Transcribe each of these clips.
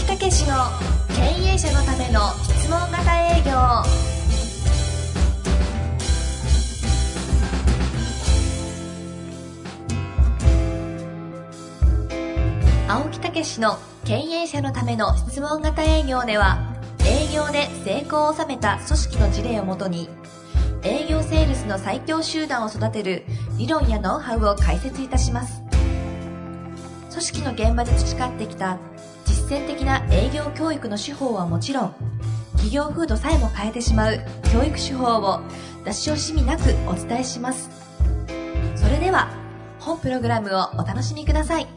武史の経営者のための質問型営業。青木武史の経営者のための質問型営業では、営業で成功を収めた組織の事例をもとに、営業セールスの最強集団を育てる理論やノウハウを解説いたします。組織の現場で培ってきた実践的な営業教育の手法はもちろん、企業風土さえも変えてしまう教育手法を出し惜しみなくお伝えします。それでは本プログラムをお楽しみください。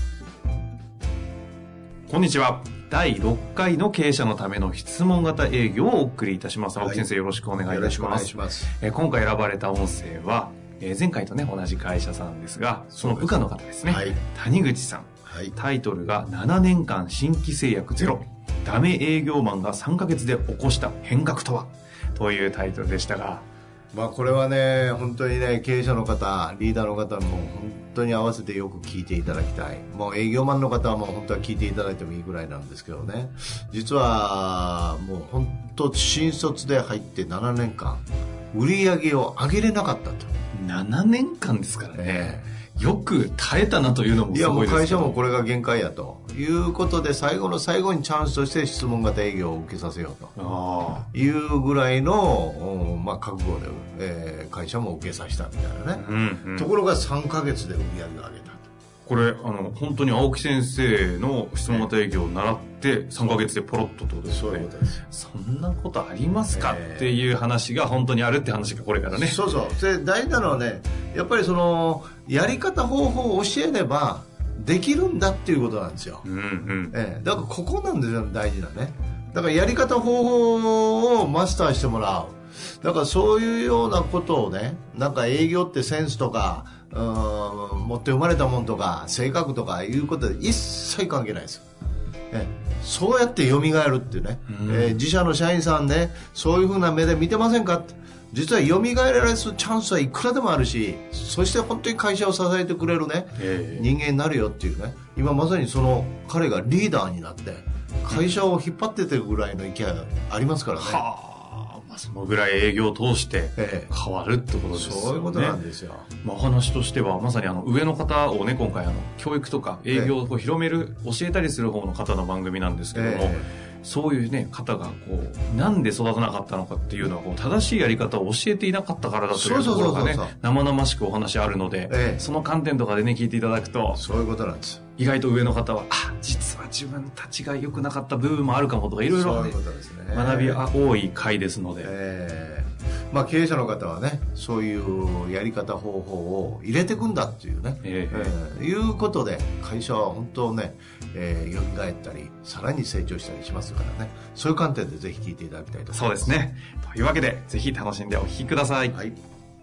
こんにちは。第6回の経営者のための質問型営業をお送りいたします。青木先生、よろしくお願いいたします。 よろしくお願いします。 今回選ばれた音声は、前回とね同じ会社さんですが、その部下の方ですね、はい、谷口さん、はい、タイトルが7年間新規制約ゼロ、ダメ営業マンが3ヶ月で起こした変革とは、というタイトルでしたが、 これはね、本当にね、経営者の方、リーダーの方も本当に合わせてよく聞いていただきたい。もう営業マンの方はもう本当は聞いていただいてもいいぐらいなんですけどね。実はもう本当新卒で入って7年間売り上げを上げれなかったと。 7年間ですからね。よく耐えたなというのもすごいですけど。 いや、もう会社もこれが限界やということで、最後の最後にチャンスとして質問型営業を受けさせようというぐらいの、覚悟で、会社も受けさせたみたいなね、ところが3ヶ月で売り上げを上げたと。 これ本当に青木先生の質問型営業を習って3ヶ月でポロッとってことですよね。 そういうことです。 そんなことありますかっていう話が本当にあるって話がこれからね。 そうそう。で、大事なのはね、やっぱりそのやり方方法を教えればできるんだっていうことなんですよ。だからここなんですよ、大事なね。だからやり方方法をマスターしてもらう。だからそういうようなことをね、なんか営業ってセンスとか持って生まれたもんとか性格とかいうことで一切関係ないですよ。そうやって蘇るっていうね、自社の社員さんね、そういう風な目で見てませんかって。実は蘇られるチャンスはいくらでもあるし、そして本当に会社を支えてくれるね、人間になるよっていうね。今まさにその彼がリーダーになって会社を引っ張っててるぐらいの勢いがありますからね。 そのぐらい営業を通して変わるってことですよね。 そういうことなんですよ。 お話としてはまさに上の方をね、今回教育とか営業を広める、教えたりする方の方の番組なんですけども、そういうね方がなんで育たなかったのかっていうのは正しいやり方を教えていなかったからだというところがね、生々しくお話あるので、その観点とかでね聞いていただくと、 そういうことなんです。 意外と上の方は実は自分たちが良くなかった部分もあるかもとか、いろいろ学び多い回ですので、 経営者の方はね、そういうやり方方法を入れていくんだっていうね、いうことで会社は本当ね、蘇ったりさらに成長したりしますからね、そういう観点でぜひ聞いていただきたいと思います。 そうですね。というわけでぜひ楽しんでお聞きください。はい。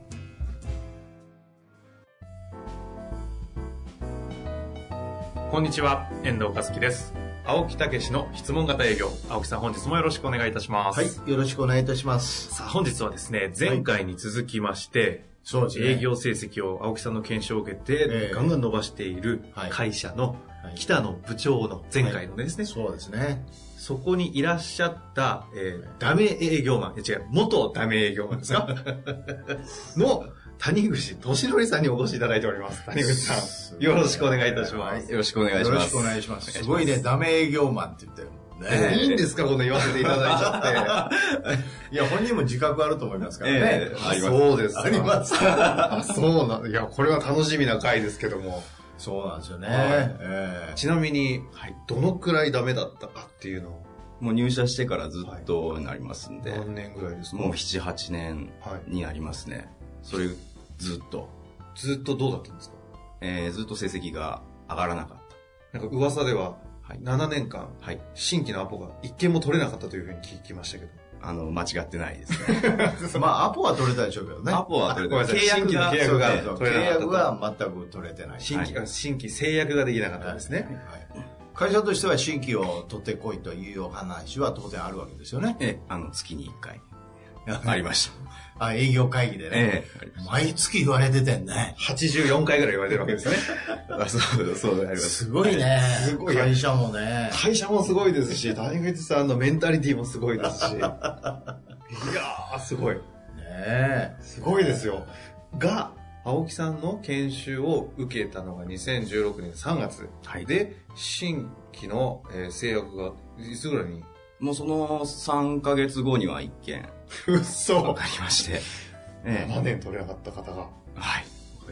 こんにちは、遠藤和樹です。青木武史の質問型営業。青木さん、本日もよろしくお願いいたします。 はい、よろしくお願いいたします。 さあ、本日はですね、前回に続きまして、そうですね、営業成績を青木さんの検証を受けて、ガンガン伸ばしている会社の北野部長の前回のですね、 そうですね。 そこにいらっしゃった、ダメ営業マン、元ダメ営業マンですかの谷口俊則さんにお越しいただいております。谷口さん、よろしくお願いいたします。 よろしくお願いします。 よろしくお願いします。すごいね、ダメ営業マンって言ってる。 いいんですか、この言わせていただいちゃって。 いや、本人も自覚あると思いますからね。 あります。そうです。 あります。 そうなん、いや、これは楽しみな回ですけども。 そうなんですよね。 ちなみに、どのくらいダメだったかっていうのを。 もう入社してからずっとになりますんで。 何年ぐらいですか？ もう7、8年になりますね。それ、ずっと。 ずっとどうだったんですか？ ずっと成績が上がらなかった。 なんか噂では、7年間、新規のアポが一件も取れなかったというふうに聞きましたけど。 間違ってないですね。 アポは取れたでしょうけどね。 アポは取れた。 契約が取れなかった。 契約は全く取れてない。 新規制約ができなかったんですね。 会社としては新規を取ってこいというお話は当然あるわけですよね。 月に1回。 ありました。 営業会議でね。毎月言われててんね。 84回ぐらい言われてるわけですね。 そうあります。 すごいね。すごい。会社もね。 会社もすごいですし、谷口さんのメンタリティもすごいですし。いやー、すごい。 ねすごいですよ。が、青木さんの研修を受けたのが2016年3月。はい、で、新規の、制約がいつぐらいに？ もうその3ヶ月後には1件。 嘘。 わかりまして。 7年取れなかった方が。 はい。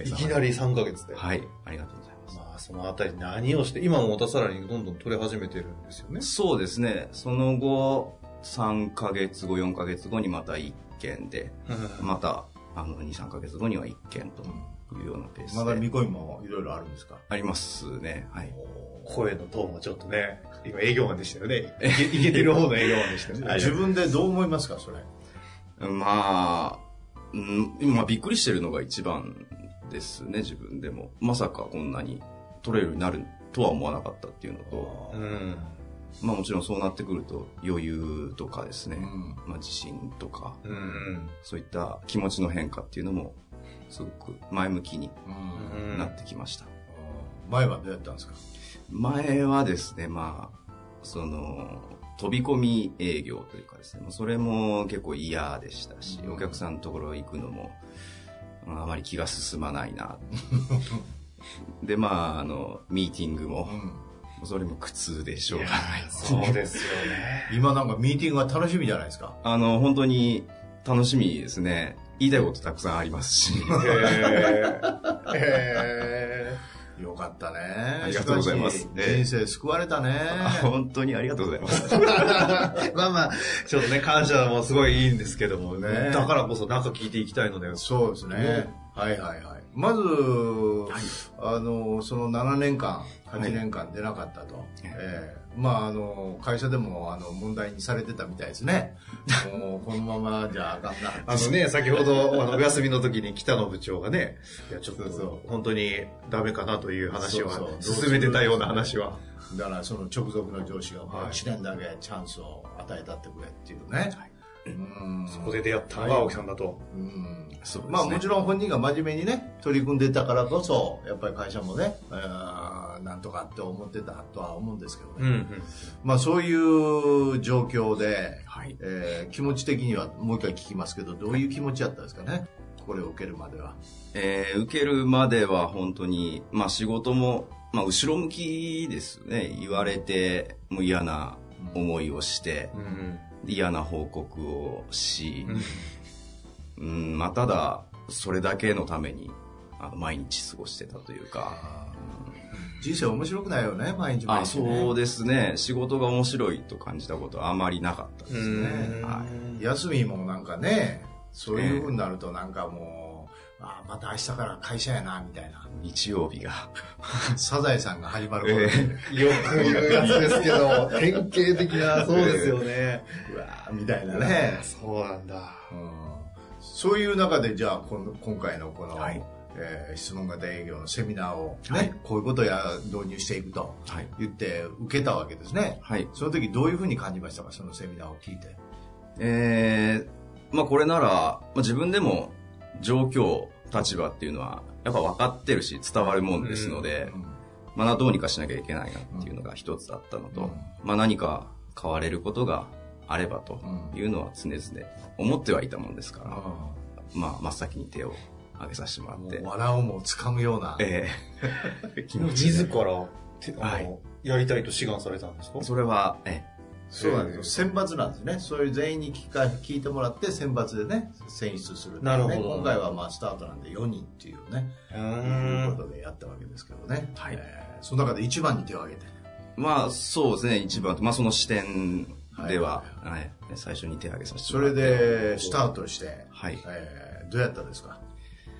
いきなり3ヶ月で。 はい。ありがとうございます。 まあ、そのあたり何をして、今もまたさらにどんどん取れ始めてるんですよね。 そうですね。その後、3ヶ月後、4ヶ月後にまた1件で、また、2、3ヶ月後には1件というようなペースで。 まだ見込みもいろいろあるんですか？ ありますね。はい。 声のトーンもちょっとね、今営業マンでしたよね。いけてる方の営業マンでしたよね。 自分でどう思いますか、それ？ まあ、今びっくりしてるのが一番ですね、自分でも。まさかこんなに取れるようになるとは思わなかったっていうのと、まあもちろんそうなってくると余裕とかですね、まあ自信とか、そういった気持ちの変化っていうのもすごく前向きになってきました。 前はどうやったんですか？ 前はですね、まあ、飛び込み営業というかですね、それも結構嫌でしたし、お客さんのところ行くのも、あまり気が進まないな。で、まあ、ミーティングも、それも苦痛でしょうがない。 そうですよね。 今なんかミーティングが楽しみじゃないですか。 本当に楽しみですね。言いたいことたくさんありますし。 よかったね。 ありがとうございます。 人生救われたね。 本当にありがとうございます。 まあまあ、ちょっとね、感謝もすごいいいんですけどもね。だからこそなんか聞いていきたいので。 そうですね。はいはいはい。まず、その7年間、8年間出なかったと。まあ、会社でも問題にされてたみたいですね。もうこのままじゃあかんな。 先ほどお休みの時に北野部長がね、いやちょっと本当にダメかなという話は進めてたような話は。 だからその直属の上司が1年だけチャンスを与えたってくれっていうね。 そこで出会ったのが青木さんだと。 まあもちろん本人が真面目にね取り組んでたからこそやっぱり会社もねなんとかって思ってたとは思うんですけどね、まあそういう状況で、気持ち的にはもう一回聞きますけどどういう気持ちだったんですかね、これを受けるまでは。 受けるまでは本当に、まあ仕事も、まあ後ろ向きですね。言われてもう嫌な思いをして、嫌な報告をし、まあただそれだけのために毎日過ごしてたというか、 人生面白くないよね、毎日毎日、ね。 そうですね。仕事が面白いと感じたことはあまりなかったですね。 休みもなんかね、そういう風になるとなんかもう、また明日から会社やなみたいな。 日曜日がサザエさんが始まる頃、 よく言うやつですけど典型的な、そうですよね。 うわーみたいなね。 そうなんだ。 そういう中でじゃあ今回のこの、質問型営業のセミナーをね、こういうことや導入していくと言って受けたわけですね。その時どういうふうに感じましたか、そのセミナーを聞いて。 まあこれなら、まあ、自分でも状況立場っていうのはやっぱ分かってるし伝わるもんですので、まあどうにかしなきゃいけないなっていうのが一つだったのと、まあ何か変われることがあればというのは常々思ってはいたもんですから、まあ真っ先に手を挙げさせてもらって、 藁をも掴むような、 自らやりたいと志願されたんですか？ それはそうなんですよ。選抜なんですね。そういう全員に聞いてもらって選抜でね選出する、ね。 なるほど。 今回はまあスタートなんで4人っていうね、いうことでやったわけですけどね。その中で一番に手を挙げて。 まあそうですね、一番、まあその視点では、最初に手を挙げさせてもらって。 それでスタートして、どうやったですか？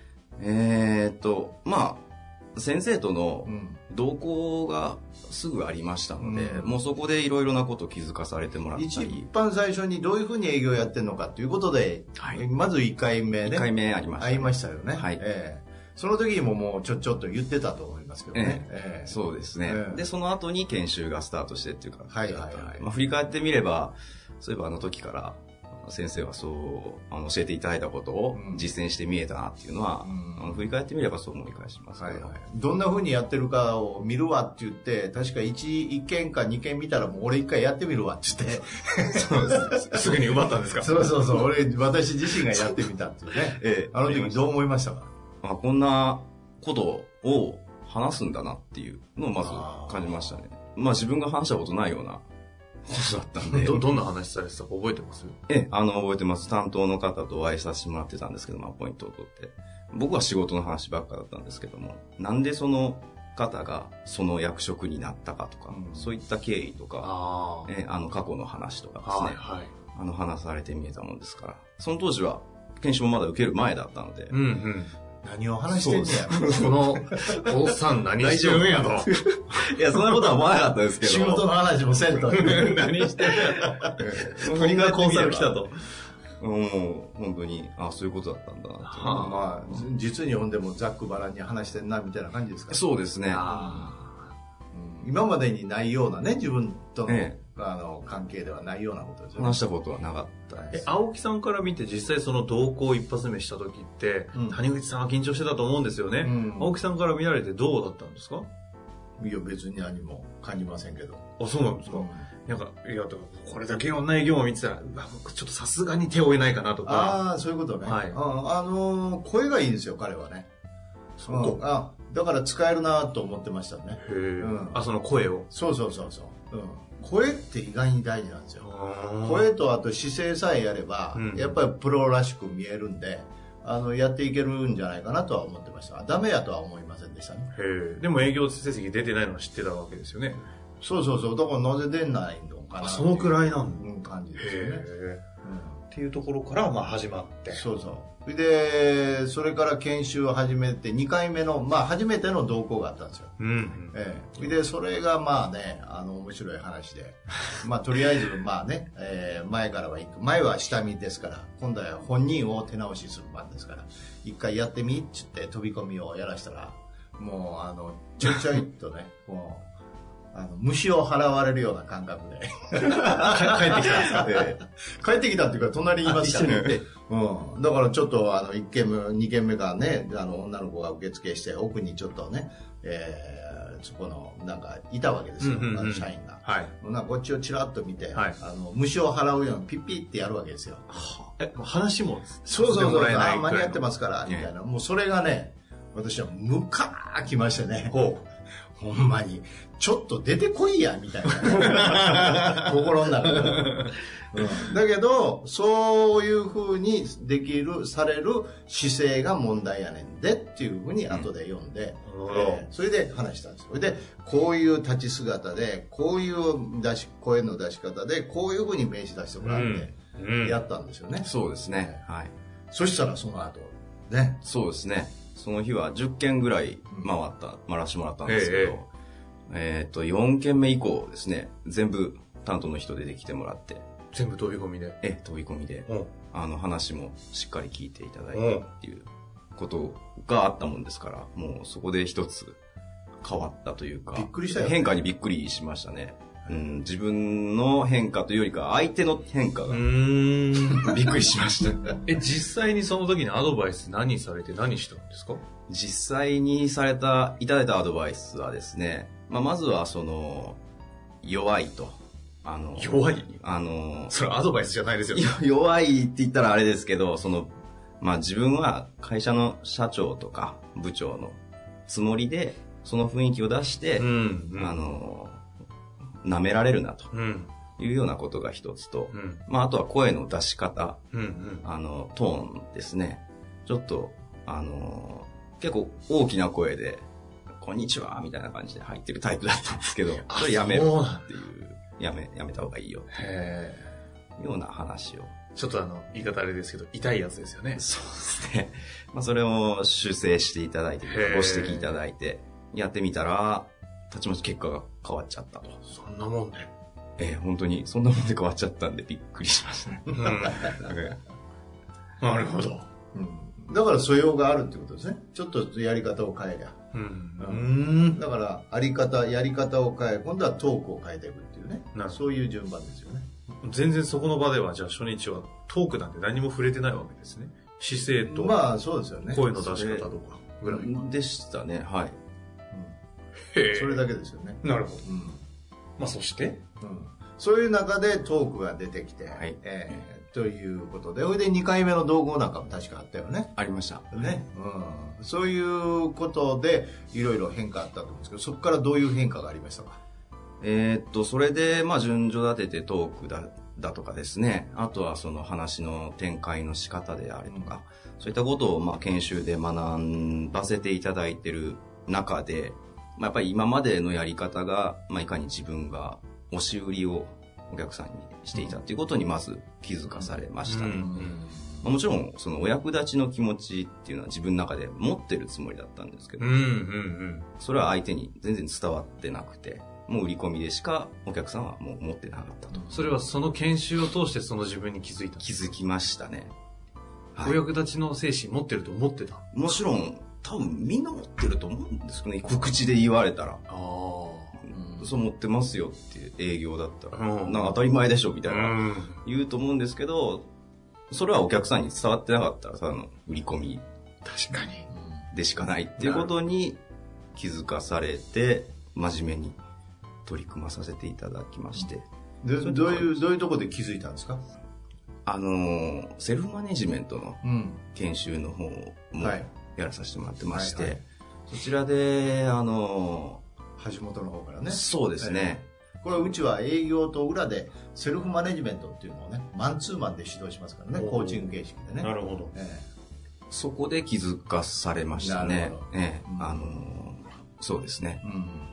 まあ先生との同行がすぐありましたので、もうそこでいろいろなことを気づかされてもらったり、 一番最初にどういうふうに営業やってるのかということで、まず1回目ね、 1回目ありました、 会いましたよね。その時にももうちょっと言ってたと思いますけどね。 そうですね、でその後に研修がスタートしてっていうか、 まあ振り返ってみればそういえばあの時から先生はそう教えていただいたことを実践して見えたなっていうのは、振り返ってみればそう思い返しますけど、 どんな風にやってるかを見るわって言って、確か1件か2件見たらもう俺1回やってみるわって言ってそうですすぐに奪ったんですか？ そう私自身がやってみたっていうね、あの時どう思いましたか？ こんなことを話すんだなっていうのをまず感じましたね。自分が話したことないようなことだったんで。 どんな話されてたか覚えてます？ 覚えてます。担当の方とお会いさせてもらってたんですけど、ポイントを取って。僕は仕事の話ばっかだったんですけども、なんでその方がその役職になったかとか、そういった経緯とか、過去の話とかですね、話されて見えたもんですから、その当時は研修もまだ受ける前だったので、 何を話してんねや。 このおっさん何してるんやと。 いや、そんなことは思わなかったですけど。 仕事の話もせんと。 何してるんやと。 振り返ってみれば来たと。本当に、そういうことだったんだなって。 実に読んでもざっくばらんに話してんなみたいな感じですか？ そうですね。 今までにないようなね、自分との、関係ではないようなことですよね。 話したことはなかったです。 青木さんから見て実際その同行一発目した時って、谷口さんは緊張してたと思うんですよね。青木さんから見られてどうだったんですか？ いや、別に何も感じませんけど。 そうなんですか？これだけいろんな営業を見てたら、ちょっとさすがに手を負えないかなとか。 そういうことね。声がいいんですよ、彼はね。だから使えるなと思ってましたね。 その声を。 そう。声って意外に大事なんですよ。声とあと姿勢さえやれば、やっぱりプロらしく見えるんで、やっていけるんじゃないかなとは思ってました。ダメやとは思いませんでしたね。 でも営業成績出てないのは知ってたわけですよね。 そう。だからなぜ出ないのかな。 そのくらいなん感じですよね。 っていうところから始まって。 で、それから研修を始めて、2回目の、初めての同行があったんですよ。で、それが面白い話で、とりあえず前からは前は下見ですから、今度は本人を手直しする番ですから、一回やってみっつって飛び込みをやらしたら、もうちょいちょいっとね、虫を払われるような感覚で帰ってきたんです帰ってきたっていうか隣にいますからね。だからちょっと1軒目2軒目がね、女の子が受付して奥にちょっとね、そこのいたわけですよ、社員が。こっちをチラッと見て、虫を払うようにピッピッってやるわけですよ。 話もそう間に合ってますからみたいな。もうそれがね、私はムカーきましてね。ほんまにちょっと出てこいやみたいな心の中で、だけどそういう風にできるされる姿勢が問題やねんでっていう風に後で読んで、それで話したんです。それでこういう立ち姿でこういう声の出し方でこういう風に名刺出してもらってやったんですよね。 そうですね。 そしたらその後ね。 そうですね。その日は10件ぐらい回らせてもらったんですけど、4件目以降ですね、全部担当の人出てきてもらって。 全部飛び込みで？ 飛び込みで。話もしっかり聞いていただいてっていうことがあったもんですから、もうそこで一つ変わったというか、 びっくりしたよね。 変化にびっくりしましたね。自分の変化というよりか相手の変化がびっくりしました実際にその時のアドバイス何されて何したんですか？ 実際にいただいたアドバイスはですね、まずは弱いと弱いそれはアドバイスじゃないですよね。 弱いって言ったらあれですけど、自分は会社の社長とか部長のつもりでその雰囲気を出して、舐められるなというようなことが一つと、あとは声の出し方、トーンですね。ちょっと結構大きな声でこんにちはみたいな感じで入ってるタイプだったんですけど、それやめろっていう、やめた方がいいよっていうような話を。 ちょっと言い方あれですけど痛いやつですよね。 そうですね。それを修正していただいて、ご指摘いただいてやってみたら、たちまち結果が変わっちゃったと。 そんなもんね。 本当にそんなもんで変わっちゃったんでびっくりしましたね。 なるほど。 だから素養があるってことですね。ちょっとやり方を変えりゃ。だからやり方を変え、今度はトークを変えていくっていうね。そういう順番ですよね。 全然そこの場ではじゃあ初日はトークなんて何も触れてないわけですね。姿勢とまあそうですよね。 声の出し方とかぐらいでしたね。はい。 それだけですよね。 なるほど。まあそして、 そういう中でトークが出てきて、はい、ということで、それで2回目の同行なんかも確かあったよね。 ありました。 ね。そういうことでいろいろ変化あったと思うんですけど、そこからどういう変化がありましたか？ それで、まあ順序立ててトークだとかですね、あとはその話の展開の仕方であるとか、そういったことをまあ研修で学ばせていただいている中で、まあ、やっぱり今までのやり方が、まあ、いかに自分が押し売りをお客さんにしていたということにまず気づかされましたね。まあ、もちろんそのお役立ちの気持ちっていうのは自分の中で持ってるつもりだったんですけど、それは相手に全然伝わってなくて、もう売り込みでしかお客さんはもう持ってなかったと。 それはその研修を通してその自分に気づいた？ 気づきましたね。 はい、お役立ちの精神持ってると思ってた？ もちろん多分みんな持ってると思うんですけどね、口で言われたら。そう持ってますよって営業だったら、なんか当たり前でしょみたいな言うと思うんですけど、それはお客さんに伝わってなかったら、ただの売り込みでしかないっていうことに気づかされて、真面目に取り組まさせていただきまして。 どういうところで気づいたんですか？ セルフマネジメントの研修の方もやらさせてもらってまして、そちらで、 橋本の方からね。 そうですね。 これはうちは営業と裏でセルフマネジメントっていうのをね、マンツーマンで指導しますからね、コーチング形式でね。 なるほど。 そこで気づかされましたね。そうですね。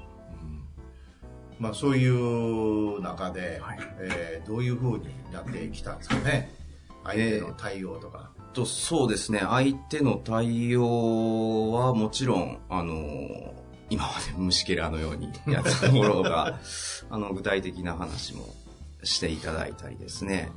まあそういう中で、どういう風になってきたんですかね。相手の対応とか。 そうですね。相手の対応はもちろん、今まで虫けらのようにやったところが具体的な話もしていただいたりですね、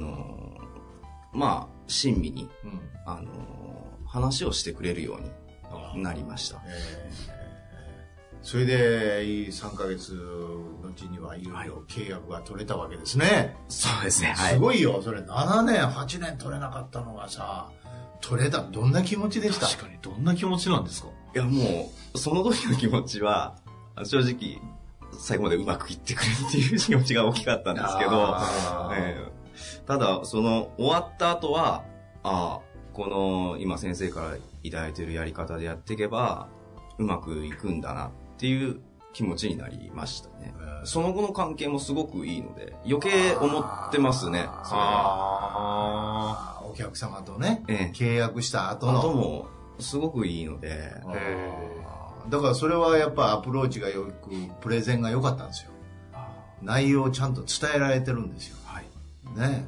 まあ親身に、話をしてくれるようになりました。 それで3ヶ月のうちにはいよいよ契約が取れたわけですね。 そうですね。 すごいよ。それ7年8年取れなかったのがさ、取れた。どんな気持ちでした？ 確かにどんな気持ちなんですか？ いやもうその時の気持ちは正直最後までうまくいってくれっていう気持ちが大きかったんですけど、ただその終わった後はこの今先生からいただいているやり方でやっていけばうまくいくんだなっていう気持ちになりましたね。その後の関係もすごくいいので余計思ってますね。それはお客様とね、契約した後もすごくいいので、 だからそれはやっぱアプローチがよくプレゼンが良かったんですよ。内容をちゃんと伝えられてるんですよ。ね。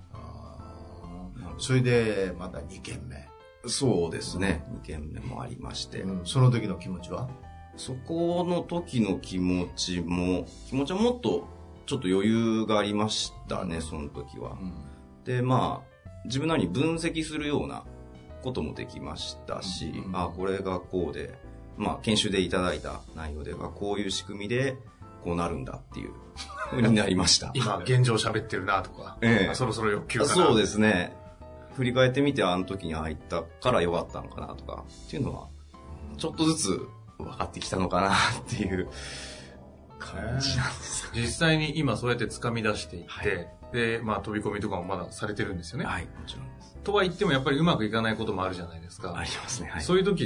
それでまた2件目。 そうですね。2件目もありまして、 その時の気持ちは？ そこの時の気持ちはもっとちょっと余裕がありましたね、その時は。で、まあ自分なりに分析するようなこともできましたし、これがこうで、まあ研修でいただいた内容ではこういう仕組みでこうなるんだっていう風になりました。 今現状喋ってるなとか、そろそろ欲求かな。 そうですね。振り返ってみてあの時に入ったから良かったのかなとかっていうのはちょっとずつ分かってきたのかなっていう感じなんです。 実際に今そうやって掴み出していって、で、まあ飛び込みとかもまだされてるんですよね。 はい、もちろんです。 とは言ってもやっぱりうまくいかないこともあるじゃないですか。 ありますね。はい、 そういう時って、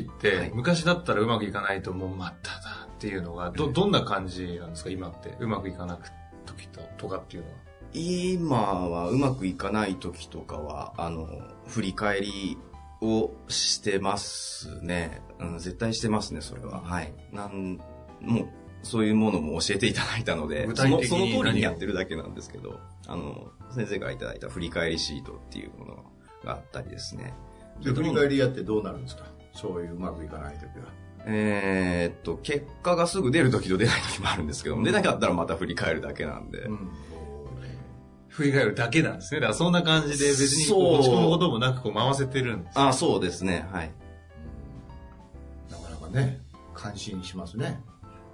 昔だったらうまくいかないともうまただっていうのがどんな感じなんですか今ってうまくいかなく時とかっていうのは。 今はうまくいかない時とかは振り返りをしてますね。絶対してますねそれは。はい。もうそういうものも教えていただいたので、その通りにやってるだけなんですけど、先生からいただいた振り返りシートっていうものがあったりですね。 で振り返りやってどうなるんですか？そういううまくいかない時は。 結果がすぐ出る時と出ない時もあるんですけど、出なかったらまた振り返るだけなんで。 振り返るだけなんですね。だからそんな感じで別に落ち込むこともなくこう回せてるんです。 そうですね。はい。 なかなかね、感心しますね。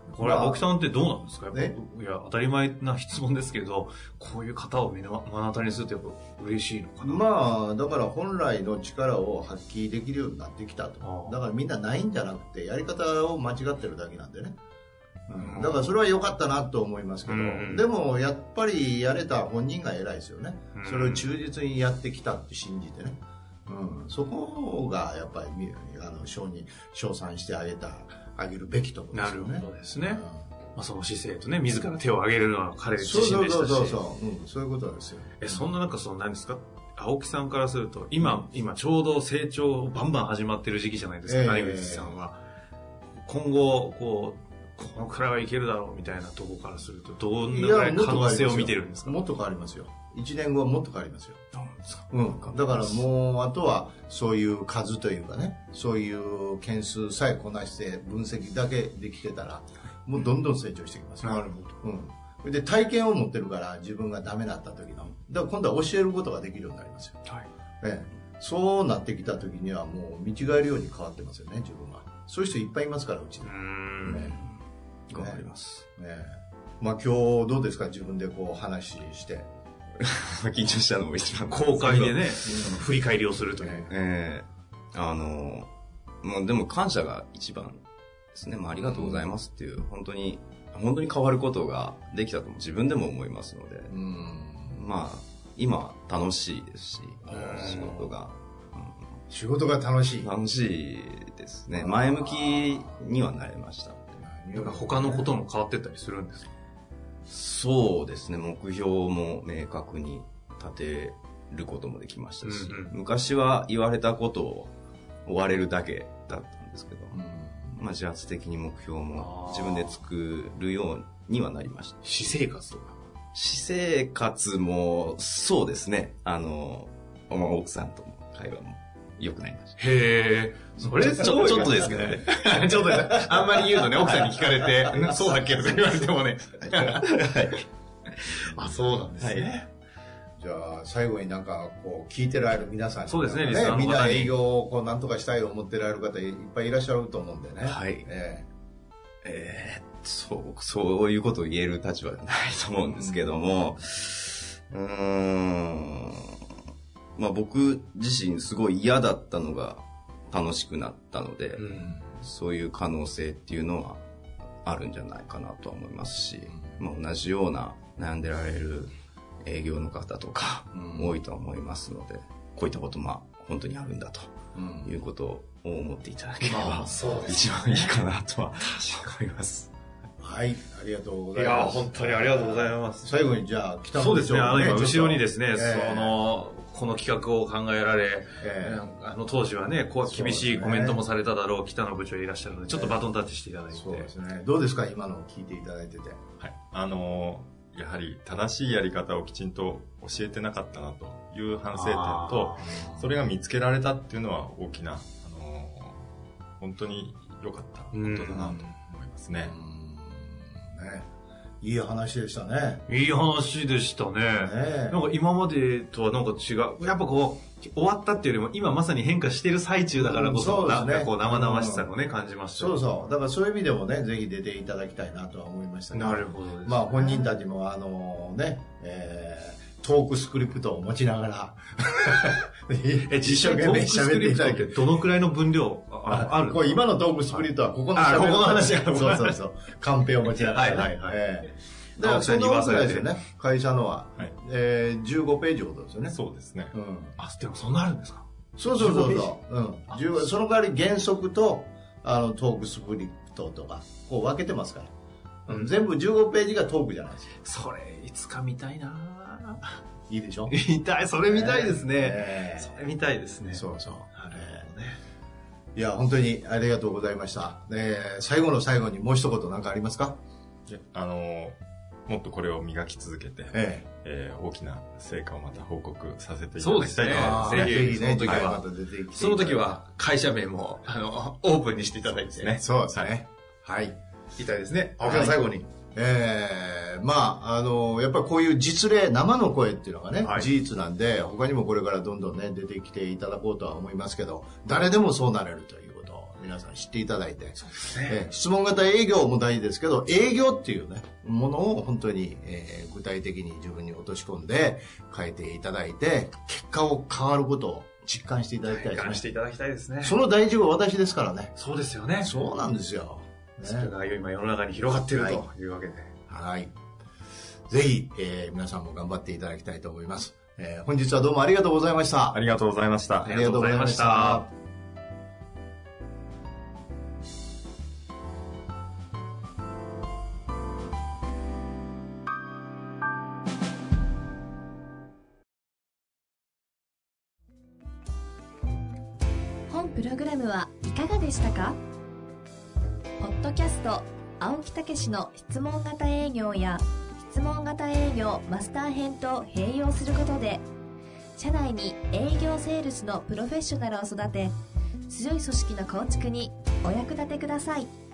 これ、青木さんってどうなんですか？やっぱいや、当たり前な質問ですけど、こういう方を目の当たりにするとやっぱ嬉しいのかな。 まあだから本来の力を発揮できるようになってきたと。だからみんなないんじゃなくてやり方を間違ってるだけなんでね。だからそれは良かったなと思いますけど、でもやっぱりやれた本人が偉いですよね。それを忠実にやってきたって信じてね。そこがやっぱり称賛してあげるべきところですよね。 なるほどですね。まあ、その姿勢とね、自ら手を挙げるのは彼自身でしたし。 そういうことですよ。 そんななんか何ですか、青木さんからすると、今ちょうど成長バンバン始まってる時期じゃないですか、谷口さんは。今後、このくらいはいけるだろうみたいなところからすると、どんなぐらい可能性を見てるんですか？ もっと変わりますよ。1年後はもっと変わりますよ。だからもうあとはそういう数というかね、そういう件数さえこなして分析だけできてたらもうどんどん成長してきますよ。なるほど。で体験を持ってるから自分がダメだった時の、だから今度は教えることができるようになりますよ。そうなってきた時にはもう見違えるように変わってますよね、自分は。そういう人いっぱいいますから、うちで。 頑張ります。 まあ今日どうですか、自分でこう話して。 緊張したのも一番公開でね、振り返りをするという。 でも感謝が一番ですね。ありがとうございますっていう、本当に変わることができたと自分でも思いますので、まあ今楽しいですし、 仕事が楽しい。 楽しいですね。前向きにはなれました。 なんか他のことも変わってったりするんですか？ そうですね。目標も明確に立てることもできましたし、昔は言われたことを追われるだけだったんですけど、自発的に目標も自分で作るようにはなりました。 私生活とか？ 私生活もそうですね。奥さんとの会話も良くなりました。 へえ。それちょっとですけどね。ちょっとです。あんまり言うとね、奥さんに聞かれて、そうだっけとか言われてもね。そうなんですね。 じゃあ最後になんかこう聞いてられる皆さんに、 そうですね、 みんな営業をこうなんとかしたいと思ってられる方いっぱいいらっしゃると思うんでね。 はい。そういうことを言える立場ではないと思うんですけども、僕自身すごい嫌だったのが楽しくなったので、そういう可能性っていうのはあるんじゃないかなとは思いますし、同じような悩んでられる営業の方とか多いと思いますので、こういったことも本当にあるんだということを思っていただければ一番いいかなとは思います。 はい、ありがとうございます。 本当にありがとうございます。 最後にじゃあ北野部長、そうですね、今後ろにですね、この企画を考えられ、当時はね、厳しいコメントもされただろう北野部長いらっしゃるので、ちょっとバトンタッチしていただいて。 そうですね。どうですか、今のを聞いていただいてて。 はい。やはり正しいやり方をきちんと教えてなかったなという反省点と、それが見つけられたっていうのは大きな、本当に良かったことだなと思いますね。 いい話でしたね。 いい話でしたね。なんか今までとはなんか違う。やっぱ終わったっていうよりも今まさに変化してる最中だからこそ、なんか生々しさをね、感じました。 だからそういう意味でもね、ぜひ出ていただきたいなとは思いましたね。 なるほどですね。 本人たちもトークスクリプトを持ちながら実際トークスクリプトってどのくらいの分量ある？ 今のトークスクリプトはここの話がそう。カンペを持ちながら。だからそんなことないですよね。会社のは15ページほどですよね。 そうですね。 でもそんなあるんですか？ そう。その代わり原則とトークスクリプトとかこう分けてますから。全部15ページがトークじゃないですか。 それいつか見たいな。 いいでしょ？ 見たい、それ見たいですね。それ見たいですね。 そう。いや、本当にありがとうございました。最後の最後にもう一言何かありますか？ もっとこれを磨き続けて、大きな成果をまた報告させていただきたいと思います。ぜひね、その時は会社名もオープンにしていただいてね。 そうですね。はい。 いたいですね。 最後に。やっぱりこういう実例、生の声っていうのがね、事実なんで、他にもこれからどんどんね、出てきていただこうとは思いますけど、誰でもそうなれるということを皆さん知っていただいて、 そうですね、 質問型営業も大事ですけど、営業っていうね、ものを本当に、具体的に自分に落とし込んで変えていただいて、結果を変わることを実感していただきたいですね。 実感していただきたいですね。 その大事は私ですからね。 そうですよね。 そうなんですよ。 それが今世の中に広がっているというわけで。 はい。ぜひ、皆さんも頑張っていただきたいと思います。本日はどうもありがとうございました。 ありがとうございました。 ありがとうございました。 本プログラムはいかがでしたか？ポッドキャスト青木武の質問型営業や質問型営業マスター編と併用することで、社内に営業セールスのプロフェッショナルを育て、強い組織の構築にお役立てください。